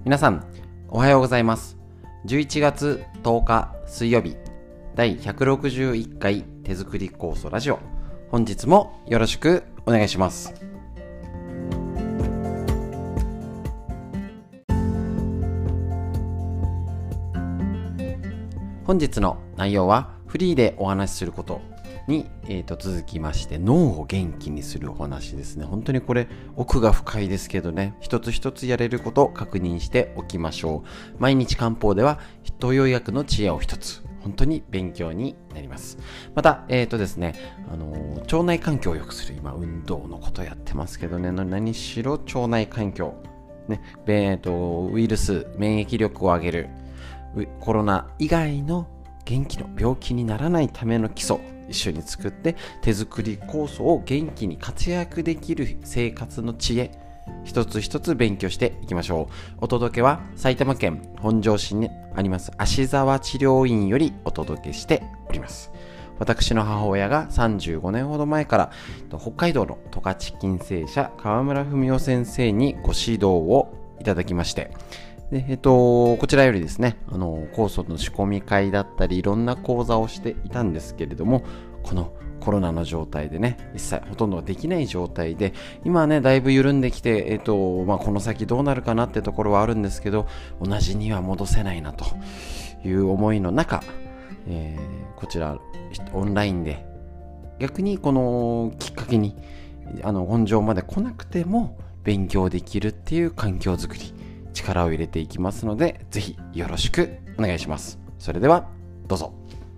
皆さんおはようございます。11月10日水曜日第161回手作り酵素ラジオ、本日もよろしくお願いします。本日の内容はフリーでお話しすることに、続きまして脳を元気にするお話ですね。本当にこれ奥が深いですけどね、一つ一つやれることを確認しておきましょう。毎日漢方では東洋医学の知恵を一つ、本当に勉強になります。またですね、腸内環境を良くする、今運動のことやってますけどね、何しろ腸内環境ね、ウイルス免疫力を上げる、コロナ以外の元気の病気にならないための基礎一緒に作って、手作り酵素を元気に活躍できる生活の知恵一つ一つ勉強していきましょう。お届けは埼玉県本庄市にあります芦沢治療院よりお届けしております。私の母親が35年ほど前から北海道の十勝金星社川村文夫先生にご指導をいただきまして、でこちらよりですね、酵素の仕込み会だったりいろんな講座をしていたんですけれども、このコロナの状態でね、一切ほとんどできない状態で、今はねだいぶ緩んできて、この先どうなるかなってところはあるんですけど、同じには戻せないなという思いの中、こちらオンラインで逆にこのきっかけに本庄まで来なくても勉強できるっていう環境づくり、力を入れていきますので、ぜひよろしくお願いします。それではどうぞ。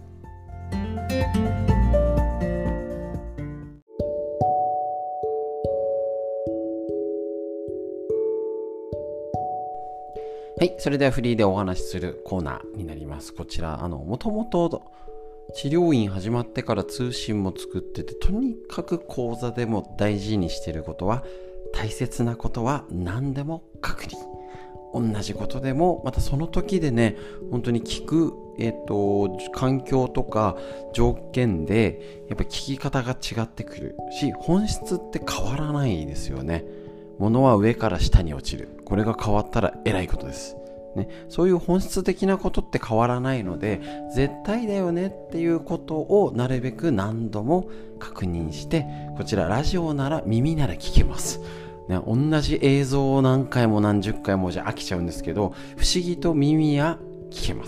はい、それではフリーでお話しするコーナーになります。こちらもともと治療院始まってから通信も作ってて、とにかく講座でも大事にしていることは、大切なことは何でも確認。同じことでもまたその時でね、本当に聞く、環境とか条件でやっぱり聞き方が違ってくるし、本質って変わらないですよね。物は上から下に落ちる、これが変わったらえらいことですね。そういう本質的なことって変わらないので、絶対だよねっていうことをなるべく何度も確認して、こちらラジオなら耳なら聞けますね、同じ映像を何回も何十回もじゃ飽きちゃうんですけど、不思議と耳や聞けます。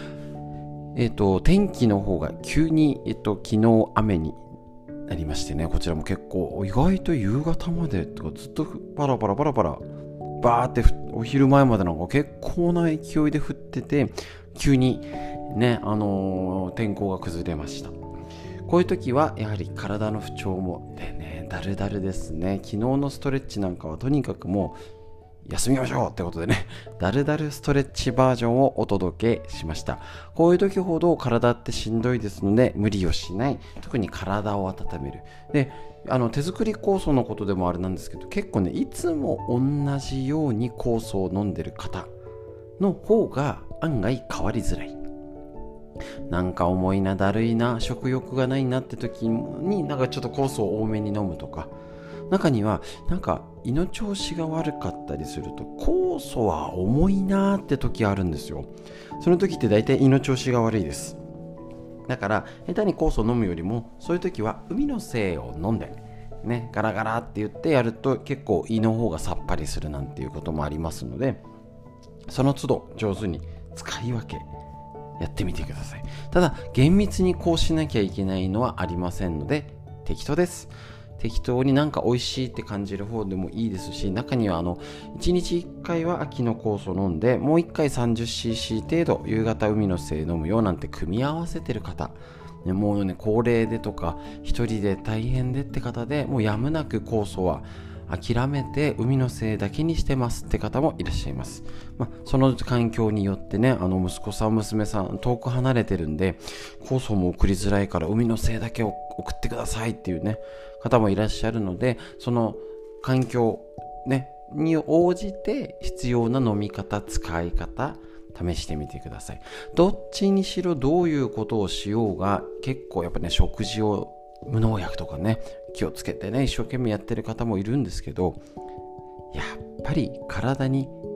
天気の方が急に、昨日雨になりましてね、こちらも結構意外と夕方までとかずっとパラパラバーってお昼前までなんか結構な勢いで降ってて、急にね、天候が崩れました。こういう時はやはり体の不調もでね、だるだるですね。昨日のストレッチなんかはとにかくもう休みましょうってことでね、だるだるストレッチバージョンをお届けしました。こういう時ほど体ってしんどいですので、無理をしない、特に体を温める。で、手作り酵素のことでもあれなんですけど、結構ね、いつも同じように酵素を飲んでる方の方が案外変わりづらい。なんか重いな、だるいな、食欲がないなって時になんかちょっと酵素を多めに飲むとか、中にはなんか胃の調子が悪かったりすると酵素は重いなって時あるんですよ。その時って大体胃の調子が悪いです。だから下手に酵素を飲むよりも、そういう時は海の精を飲んでね、ガラガラって言ってやると結構胃の方がさっぱりするなんていうこともありますので、その都度上手に使い分けやってみてください。ただ厳密にこうしなきゃいけないのはありませんので、適当です。適当になんか美味しいって感じる方でもいいですし、中には1日1回は秋の酵素飲んで、もう1回 30cc 程度夕方海の精飲むよなんて組み合わせてる方、もうね高齢でとか一人で大変でって方で、もうやむなく酵素は諦めて海の精だけにしてますって方もいらっしゃいます。その環境によってね、息子さん娘さん遠く離れてるんで酵素も送りづらいから海の精だけを送ってくださいっていうね方もいらっしゃるので、その環境ねに応じて必要な飲み方、使い方試してみてください。どっちにしろどういうことをしようが、結構やっぱね食事を無農薬とかね気をつけてね一生懸命やってる方もいるんですけど、やっぱり体に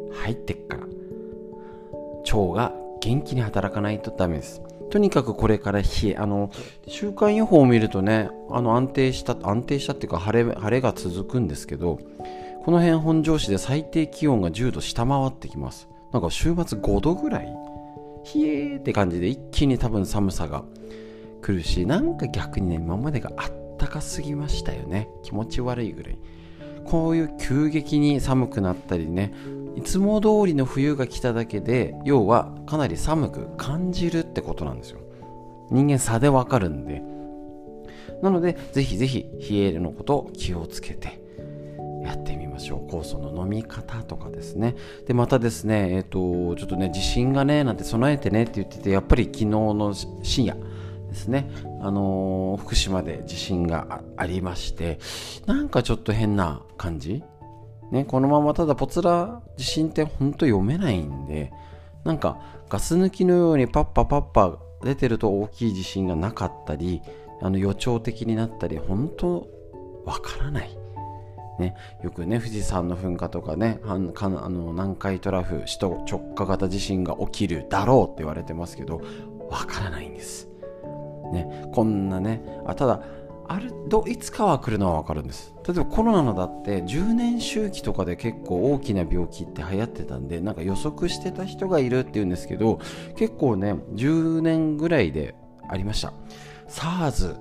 入ってっから、腸が元気に働かないとダメです。とにかくこれから週間予報を見るとね、安定したっていうか晴れが続くんですけど、この辺本庄市で最低気温が10度下回ってきます。なんか週末5度ぐらい冷えーって感じで一気に多分寒さが来るし、なんか逆にね、今までがあったかすぎましたよね。気持ち悪いぐらい。こういう急激に寒くなったりね、いつも通りの冬が来ただけで、要はかなり寒く感じるってことなんですよ。人間差でわかるんで。なのでぜひぜひ冷えのことを気をつけてやってみましょう。酵素の飲み方とかですね。でまたですね、ちょっとね、地震がねなんて備えてねって言ってて、やっぱり昨日の深夜ですね、福島で地震が ありまして、なんかちょっと変な感じね。このままただポツラ地震ってほんと読めないんで、なんかガス抜きのようにパッパ出てると大きい地震がなかったり、予兆的になったり、本当わからないね。よくね、富士山の噴火とかね、南海トラフ首都直下型地震が起きるだろうって言われてますけど、わからないんですね。こんなね、ただいつかは来るのはわかるんです。例えばコロナのだって10年周期とかで結構大きな病気って流行ってたんで、なんか予測してた人がいるっていうんですけど、結構ね10年ぐらいでありました。 SARS、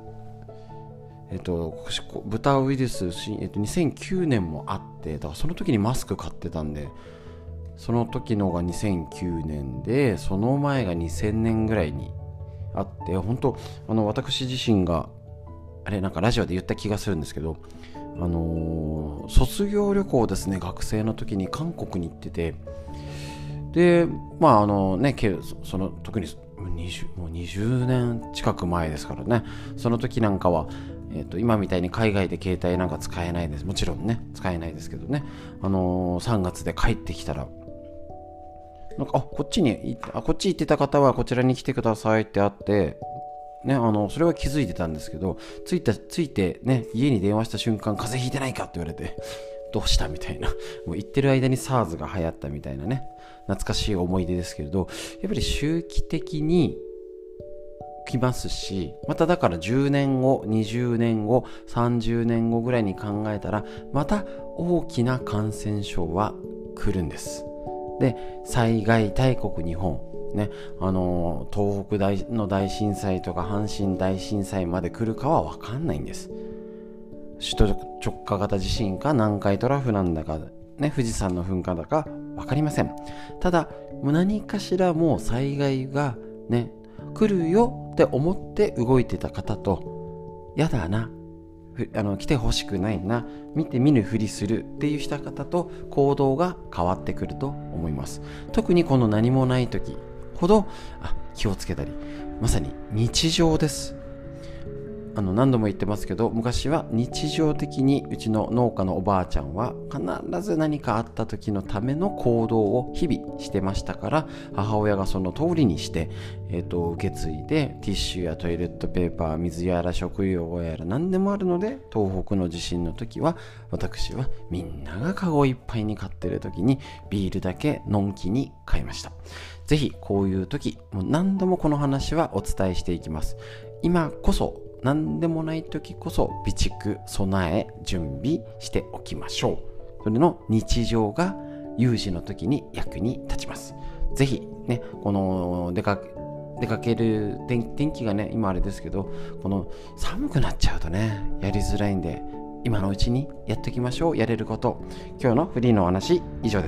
豚ウイルス、2009年もあって、だからその時にマスク買ってたんで、その時のが2009年で、その前が2000年ぐらいにあって、本当私自身がなんかラジオで言った気がするんですけど、卒業旅行ですね、学生の時に韓国に行ってて、でその特にもう20年近く前ですからね。その時なんかは、今みたいに海外で携帯なんか使えないです。もちろんね使えないですけどね、3月で帰ってきたら、なんかこっち行ってた方はこちらに来てくださいってあってね、それは気づいてたんですけど、着いてね、家に電話した瞬間、風邪ひいてないかって言われて、どうしたみたいな、もう行ってる間に SARS が流行ったみたいなね、懐かしい思い出ですけれど、やっぱり周期的に来ますし、まただから10年後、20年後、30年後ぐらいに考えたら、また大きな感染症は来るんです。で、災害大国日本ね、東北の大震災とか阪神大震災まで来るかは分かんないんです。首都直下型地震か南海トラフなんだか、ね、富士山の噴火だか分かりません。ただ何かしらもう災害がね来るよって思って動いてた方と、やだな、来てほしくないな、見ぬふりするっていうした方と行動が変わってくると思います。特にこの何もない時ほど気をつけたり、まさに日常です。何度も言ってますけど、昔は日常的にうちの農家のおばあちゃんは必ず何かあった時のための行動を日々してましたから、母親がその通りにして、受け継いで、ティッシュやトイレットペーパー、水やら食用やら何でもあるので、東北の地震の時は私はみんながカゴいっぱいに買ってる時にビールだけのんきに買いました。ぜひこういう時、もう何度もこの話はお伝えしていきます。今こそ、何でもない時こそ備蓄、備え、準備しておきましょう。それの日常が有事の時に役に立ちます。ぜひね、この出かける天気がね、今あれですけど、この寒くなっちゃうとね、やりづらいんで、今のうちにやっておきましょう。やれること。今日のフリーのお話、以上です。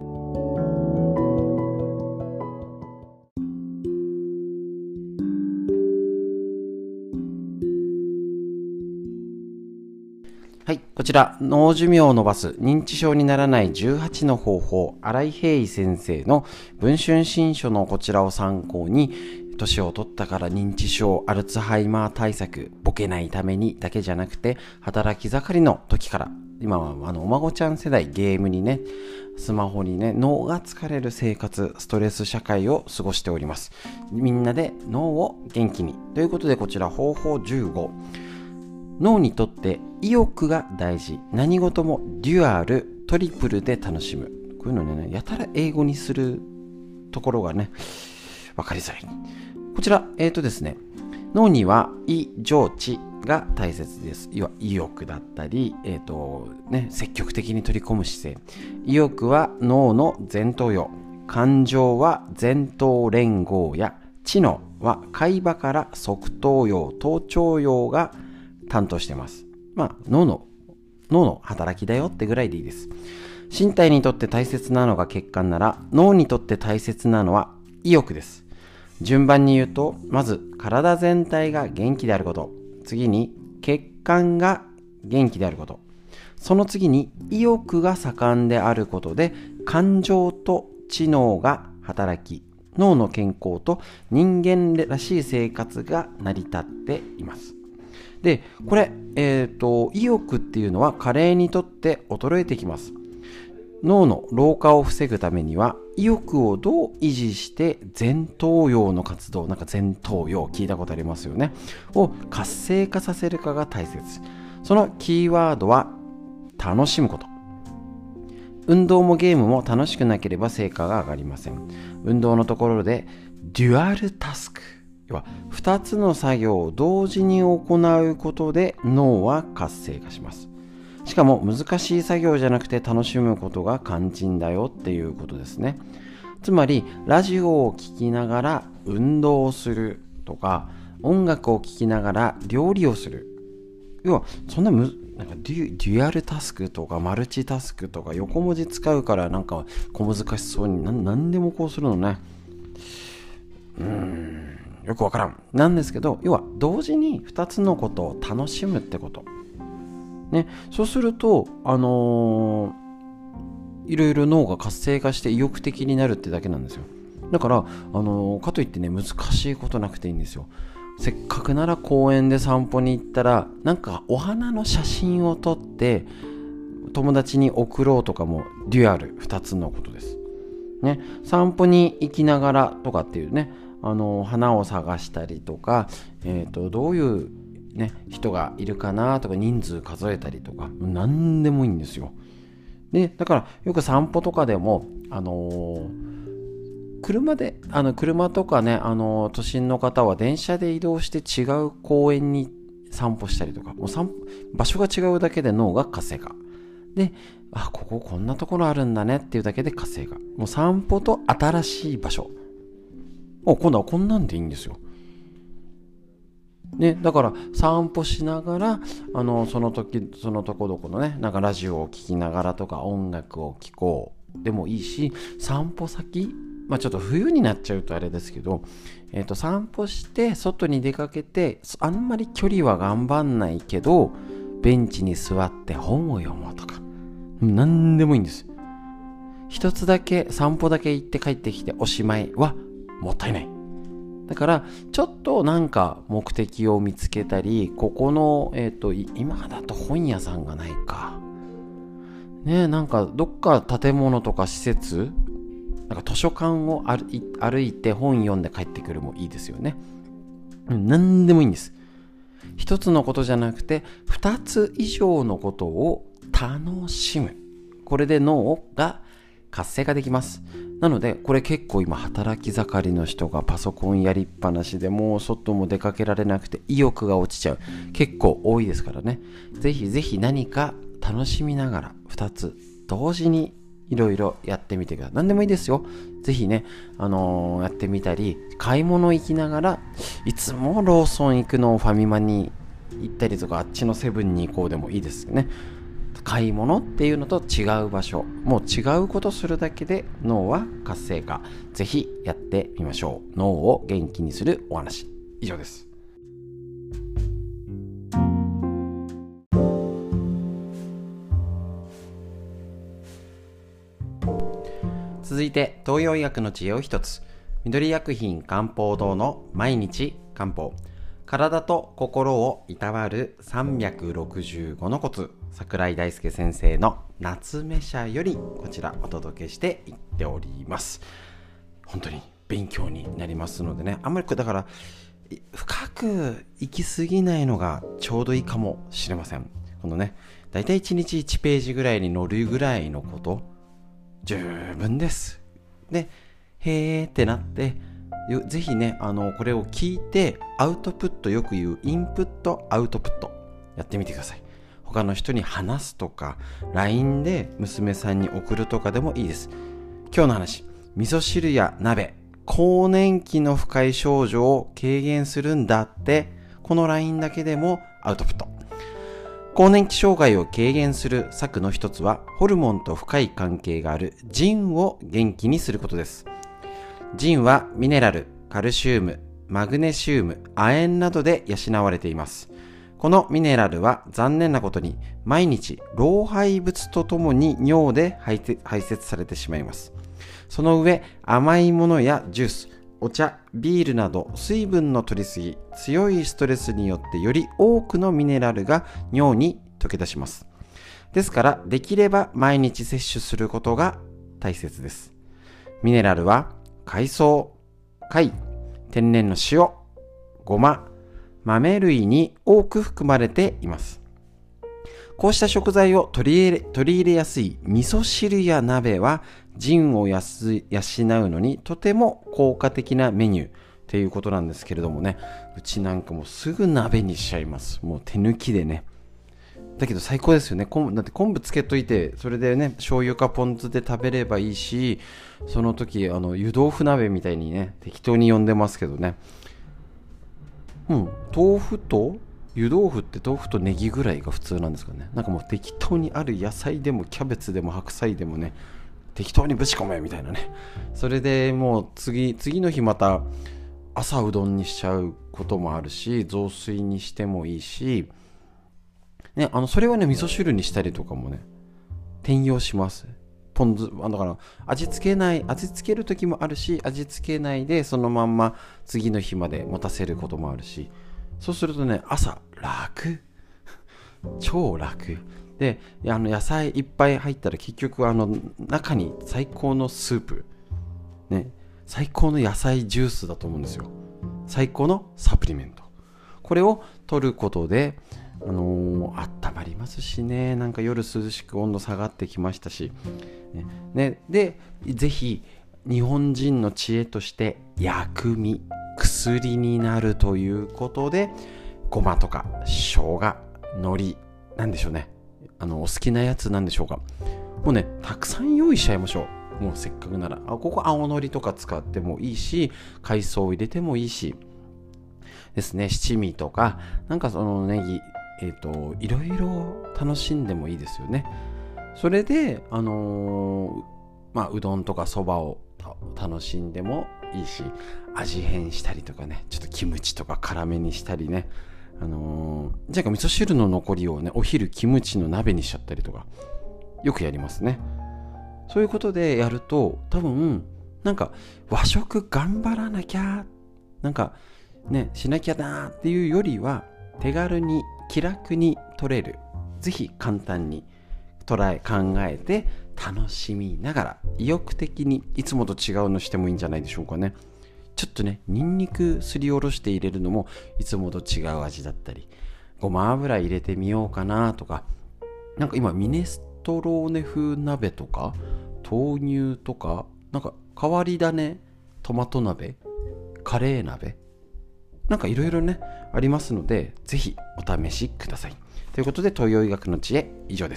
はい、こちら脳寿命を伸ばす認知症にならない18の方法、新井平伊先生の文春新書のこちらを参考に、年を取ったから認知症、アルツハイマー対策、ボケないためにだけじゃなくて、働き盛りの時から、今はお孫ちゃん世代、ゲームにね、スマホにね、脳が疲れる生活、ストレス社会を過ごしております。みんなで脳を元気にということで、こちら方法15、脳にとって意欲が大事、何事もデュアル、トリプルで楽しむ。 こういうのね、やたら英語にするところがね、わかりづらい。こちら、ですね、脳には意情知が大切です。要は意欲だったり、積極的に取り込む姿勢。意欲は脳の前頭葉、感情は前頭連合や知能は海馬から側頭葉、頭頂葉が担当しています。脳の働きだよってぐらいでいいです。身体にとって大切なのが血管なら、脳にとって大切なのは意欲です。順番に言うと、まず体全体が元気であること、次に血管が元気であること、その次に意欲が盛んであることで感情と知能が働き、脳の健康と人間らしい生活が成り立っています。で、これ、意欲っていうのは加齢にとって衰えてきます。脳の老化を防ぐためには意欲をどう維持して前頭葉の活動、なんか前頭葉聞いたことありますよね、を活性化させるかが大切。そのキーワードは楽しむこと。運動もゲームも楽しくなければ成果が上がりません。運動のところでデュアルタスク、要は2つの作業を同時に行うことで脳は活性化します。しかも難しい作業じゃなくて楽しむことが肝心だよっていうことですね。つまりラジオを聴きながら運動をするとか、音楽を聴きながら料理をする、要はそんななんかデュアルタスクとかマルチタスクとか横文字使うからなんか小難しそうに何でもこうするのね。よくわからんなんですけど、要は同時に2つのことを楽しむってことね。そうするといろいろ脳が活性化して意欲的になるってだけなんですよ。だからかといってね、難しいことなくていいんですよ。せっかくなら公園で散歩に行ったら、なんかお花の写真を撮って友達に送ろうとかもデュアル2つのことですね。散歩に行きながらとかっていうね、花を探したりとか、どういうね人がいるかなとか人数数えたりとか何でもいいんですよ。でだからよく散歩とかでも車とかね、都心の方は電車で移動して違う公園に散歩したりとか、もう場所が違うだけで脳が活性化で、こここんなところあるんだねっていうだけで活性化。もう散歩と新しい場所、今度はこんなんでいいんですよ。ね、だから散歩しながらその時そのとこどこのね、なんかラジオを聴きながらとか音楽を聴こうでもいいし、散歩先、ちょっと冬になっちゃうとあれですけど、散歩して外に出かけて、あんまり距離は頑張んないけどベンチに座って本を読もうとか、何でもいいんです。一つだけ散歩だけ行って帰ってきておしまいはもったいない。だからちょっとなんか目的を見つけたり、ここの今だと本屋さんがないかね、なんかどっか建物とか施設、なんか図書館を歩いて本読んで帰ってくるもいいですよね。何でもいいんです。一つのことじゃなくて二つ以上のことを楽しむ。これで脳が活性化できます。なのでこれ結構今働き盛りの人がパソコンやりっぱなしでもう外も出かけられなくて意欲が落ちちゃう、結構多いですからね。ぜひぜひ何か楽しみながら2つ同時にいろいろやってみてください。何でもいいですよ。ぜひね、やってみたり、買い物行きながら、いつもローソン行くのをファミマに行ったりとか、あっちのセブンに行こうでもいいですよね。買い物っていうのと違う場所、もう違うことするだけで脳は活性化。ぜひやってみましょう。脳を元気にするお話。以上です。続いて東洋医学の知恵を一つ。緑薬品漢方堂の毎日漢方。体と心をいたわる365のコツ。櫻井大輔先生の夏目社よりこちらお届けしていっております。本当に勉強になりますのでね、あんまりだから深く行き過ぎないのがちょうどいいかもしれません。このね、だいたい1日1ページぐらいに乗るぐらいのこと十分です。で、へーってなって、ぜひね、これを聞いて、アウトプット、よく言うインプット、アウトプット、やってみてください。他の人に話すとか、LINE で娘さんに送るとかでもいいです。今日の話、味噌汁や鍋、更年期の不快症状を軽減するんだって、この LINE だけでもアウトプット。更年期障害を軽減する策の一つは、ホルモンと深い関係があるジンを元気にすることです。ジンはミネラル、カルシウム、マグネシウム、亜鉛などで養われています。このミネラルは残念なことに毎日老廃物とともに尿で排泄されてしまいます。その上、甘いものやジュース、お茶、ビールなど水分の摂りすぎ、強いストレスによってより多くのミネラルが尿に溶け出します。ですからできれば毎日摂取することが大切です。ミネラルは海藻、貝、天然の塩、ごま、豆類に多く含まれています。こうした食材を取り入れやすい味噌汁や鍋はジンを養うのにとても効果的なメニューっていうことなんですけれどもね、うちなんかもうすぐ鍋にしちゃいます。もう手抜きでね。だけど最高ですよね。だって昆布つけといて、それでね、醤油かポン酢で食べればいいし、その時湯豆腐鍋みたいにね、適当に呼んでますけどね。豆腐と湯豆腐って豆腐とネギぐらいが普通なんですかね。なんかもう適当にある野菜でもキャベツでも白菜でもね、適当にぶち込めみたいなね。それでもう次の日また朝うどんにしちゃうこともあるし、雑炊にしてもいいし、ね、それはね、味噌汁にしたりとかもね、転用します。ポン酢、だから味付ける時もあるし、味付けないでそのまんま次の日まで持たせることもあるし、そうするとね、朝楽超楽で、野菜いっぱい入ったら結局中に最高のスープね、最高の野菜ジュースだと思うんですよ。最高のサプリメント、これを取ることで温まりますしね。なんか夜涼しく温度下がってきましたし、ね、でぜひ日本人の知恵として薬味、薬になるということで、ごまとか生姜、海苔、なんでしょうね、お好きなやつなんでしょうか。もうね、たくさん用意しちゃいましょう。もうせっかくならここ青のりとか使ってもいいし、海藻を入れてもいいしですね、七味とかなんかそのネギ、いろいろ楽しんでもいいですよね。それでうどんとかそばを楽しんでもいいし、味変したりとかね、ちょっとキムチとか辛めにしたりね、じゃあ味噌汁の残りをね、お昼キムチの鍋にしちゃったりとかよくやりますね。そういうことでやると多分なんか和食頑張らなきゃなんかねしなきゃなっていうよりは、手軽に気楽に取れる、ぜひ簡単に考えて楽しみながら意欲的にいつもと違うのしてもいいんじゃないでしょうかね。ちょっとね、ニンニクすりおろして入れるのもいつもと違う味だったり、ごま油入れてみようかなとか、なんか今ミネストローネ風鍋とか豆乳とか、なんか変わり種トマト鍋、カレー鍋、なんかいろいろねありますので、ぜひお試しください。ということで、東洋医学の知恵以上です。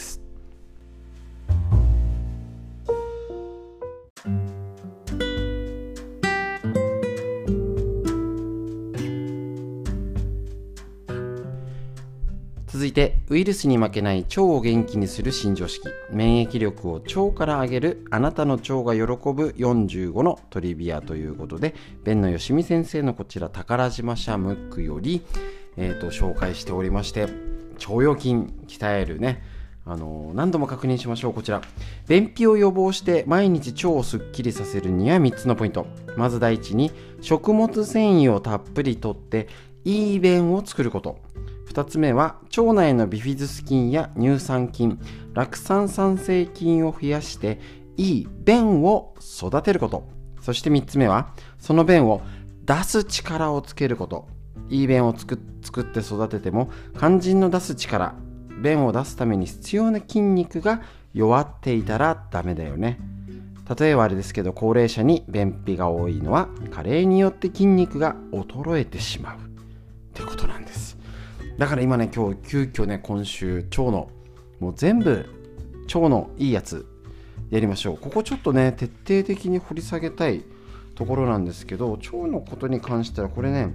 続いて、ウイルスに負けない腸を元気にする新常識、免疫力を腸から上げるあなたの腸が喜ぶ45のトリビアということで、辨野義美先生のこちら宝島社ムックより、紹介しておりまして、腸腰筋鍛えるね、何度も確認しましょう。こちら、便秘を予防して毎日腸をすっきりさせるには3つのポイント。まず第一に、食物繊維をたっぷりとっていい便を作ること。2つ目は、腸内のビフィズス菌や乳酸菌、酪酸産生菌を増やしていい便を育てること。そして3つ目は、その便を出す力をつけること。いい便を作って育てても、肝心の出す力、便を出すために必要な筋肉が弱っていたらダメだよね。 例えばあれですけど、高齢者に便秘が多いのは加齢によって筋肉が衰えてしまうってことなんです。だから今ね、今日急遽ね、今週腸のもう全部腸のいいやつやりましょう。ここちょっとね、徹底的に掘り下げたいところなんですけど、腸のことに関してはこれね、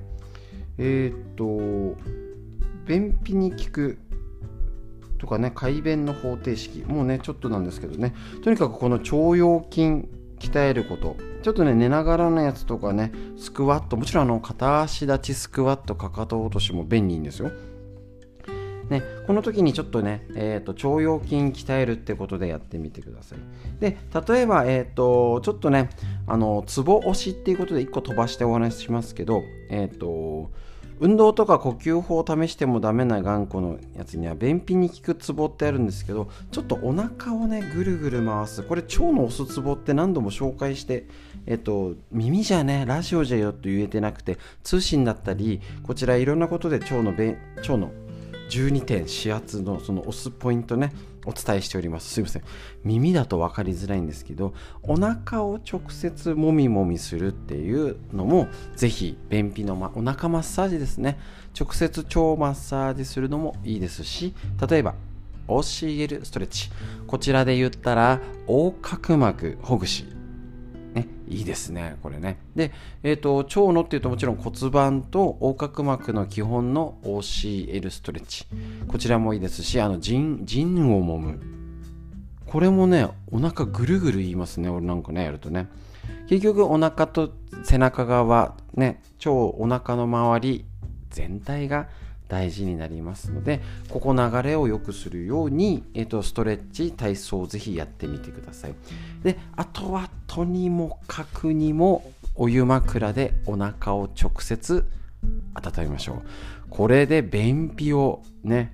便秘に効くとかね、快便の方程式もうねちょっとなんですけどね、とにかくこの腸腰筋鍛えること、ちょっとね寝ながらのやつとかね、スクワット、もちろん片足立ちスクワット、かかと落としも便利んですよね。この時にちょっとね、腸腰筋鍛えるってことでやってみてください。で、例えばちょっとねツボ押しっていうことで1個飛ばしてお話ししますけど、運動とか呼吸法を試してもダメな頑固のやつには便秘に効くツボってあるんですけど、ちょっとお腹をねぐるぐる回す、これ腸の押すツボって何度も紹介して、耳じゃねラジオじゃよと言えてなくて、通信だったりこちらいろんなことで腸の12点指圧のその押すポイントねお伝えしております。すいません、耳だと分かりづらいんですけど、お腹を直接もみもみするっていうのもぜひ便秘の、お腹マッサージですね、直接腸マッサージするのもいいですし、例えば OCL ストレッチ、こちらで言ったら横隔膜ほぐしね、いいですねこれね。で、腸のっていうともちろん骨盤と横隔膜の基本の OCL ストレッチ、こちらもいいですし、腎を揉む、これもねお腹ぐるぐる言いますね。俺なんかねやるとね、結局お腹と背中側ね、お腹の周り全体が大事になりますので、ここ流れを良くするように、ストレッチ体操をぜひやってみてください。で、あとはとにもかくにもお湯枕でお腹を直接温めましょう。これで便秘をね、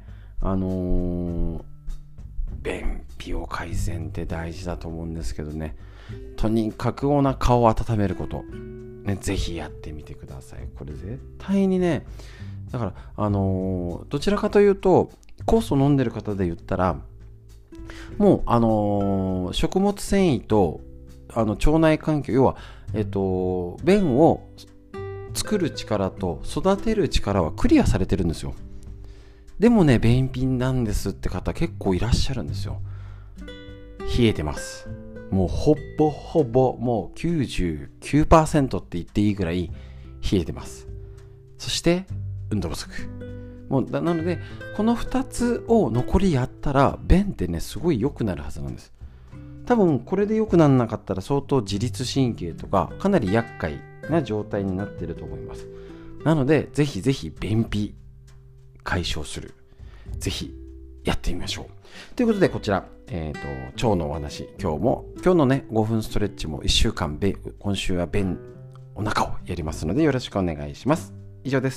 便秘を改善って大事だと思うんですけどね、とにかくお腹を温めること、ね、ぜひやってみてください。これ絶対にね、だからどちらかというと酵素飲んでる方で言ったら、もう食物繊維と腸内環境、要は便を作る力と育てる力はクリアされてるんですよ。でもね便秘なんですって方結構いらっしゃるんですよ。冷えてます。もうほぼもう 99% って言っていいぐらい冷えてます。そして運動不足。なのでこの2つを残りやったら便ってねすごい良くなるはずなんです。多分これで良くならなかったら相当自律神経とかかなり厄介な状態になっていると思います。なのでぜひぜひ便秘解消する、ぜひやってみましょうということで、こちら、腸のお話、今日のね5分ストレッチも1週間今週はお腹をやりますのでよろしくお願いします。以上です。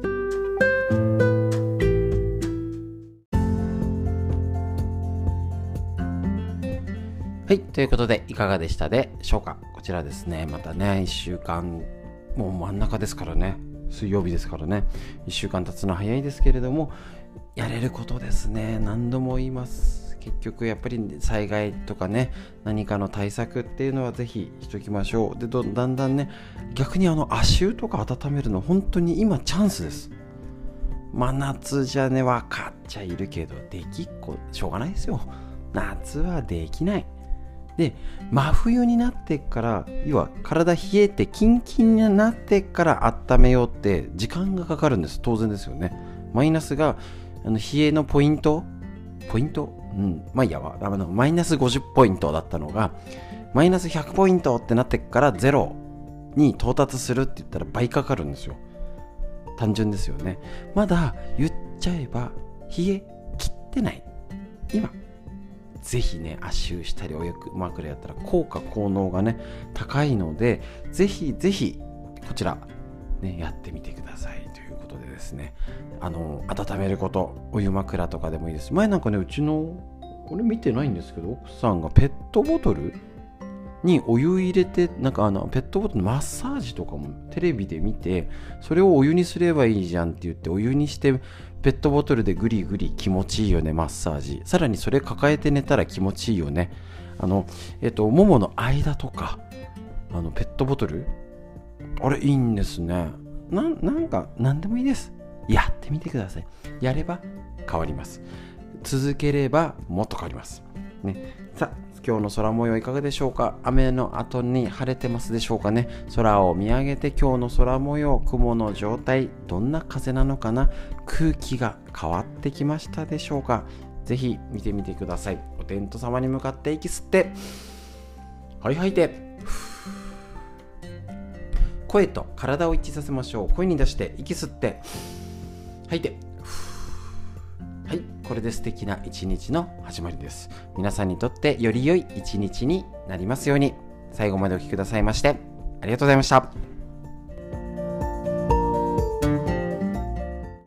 はい、ということでいかがでしたでしょうか。こちらですね、またね1週間もう真ん中ですからね、水曜日ですからね、1週間経つの早いですけれども、やれることですね。何度も言います。結局やっぱり災害とかね、何かの対策っていうのはぜひしときましょう。でだんだんね、逆に足湯とか温めるの本当に今チャンスです。真夏じゃね分かっちゃいるけどできっこしょうがないですよ。夏はできない。で真冬になってから、要は体冷えてキンキンになってから温めようって時間がかかるんです。当然ですよね。マイナスが冷えのポイント、まあいいやわ、マイナス50ポイントだったのがマイナス100ポイントってなってからゼロに到達するって言ったら倍かかるんですよ。単純ですよね。まだ言っちゃえば冷え切ってない今、ぜひね足湯したりお湯枕やったら効能がね高いので、ぜひぜひこちらねやってみてくださいということでですね、温めること、お湯枕とかでもいいです。前なんかね、うちのこれ見てないんですけど、奥さんがペットボトルにお湯入れて、なんかペットボトルのマッサージとかもテレビで見て、それをお湯にすればいいじゃんって言って、お湯にしてペットボトルでグリグリ気持ちいいよねマッサージ、さらにそれ抱えて寝たら気持ちいいよね、 ももの間とかペットボトル、あれいいんですね。なんか何でもいいです。やってみてください。やれば変わります。続ければもっと変わりますね。さあ、今日の空模様いかがでしょうか。雨の後に晴れてますでしょうかね。空を見上げて今日の空模様、雲の状態、どんな風なのかな、空気が変わってきましたでしょうか。ぜひ見てみてください。お天道様に向かって息吸って、はい吐いて、声と体を一致させましょう。声に出して息吸って吐いて、はい、これで素敵な一日の始まりです。皆さんにとってより良い一日になりますように。最後までお聞きくださいましてありがとうございました。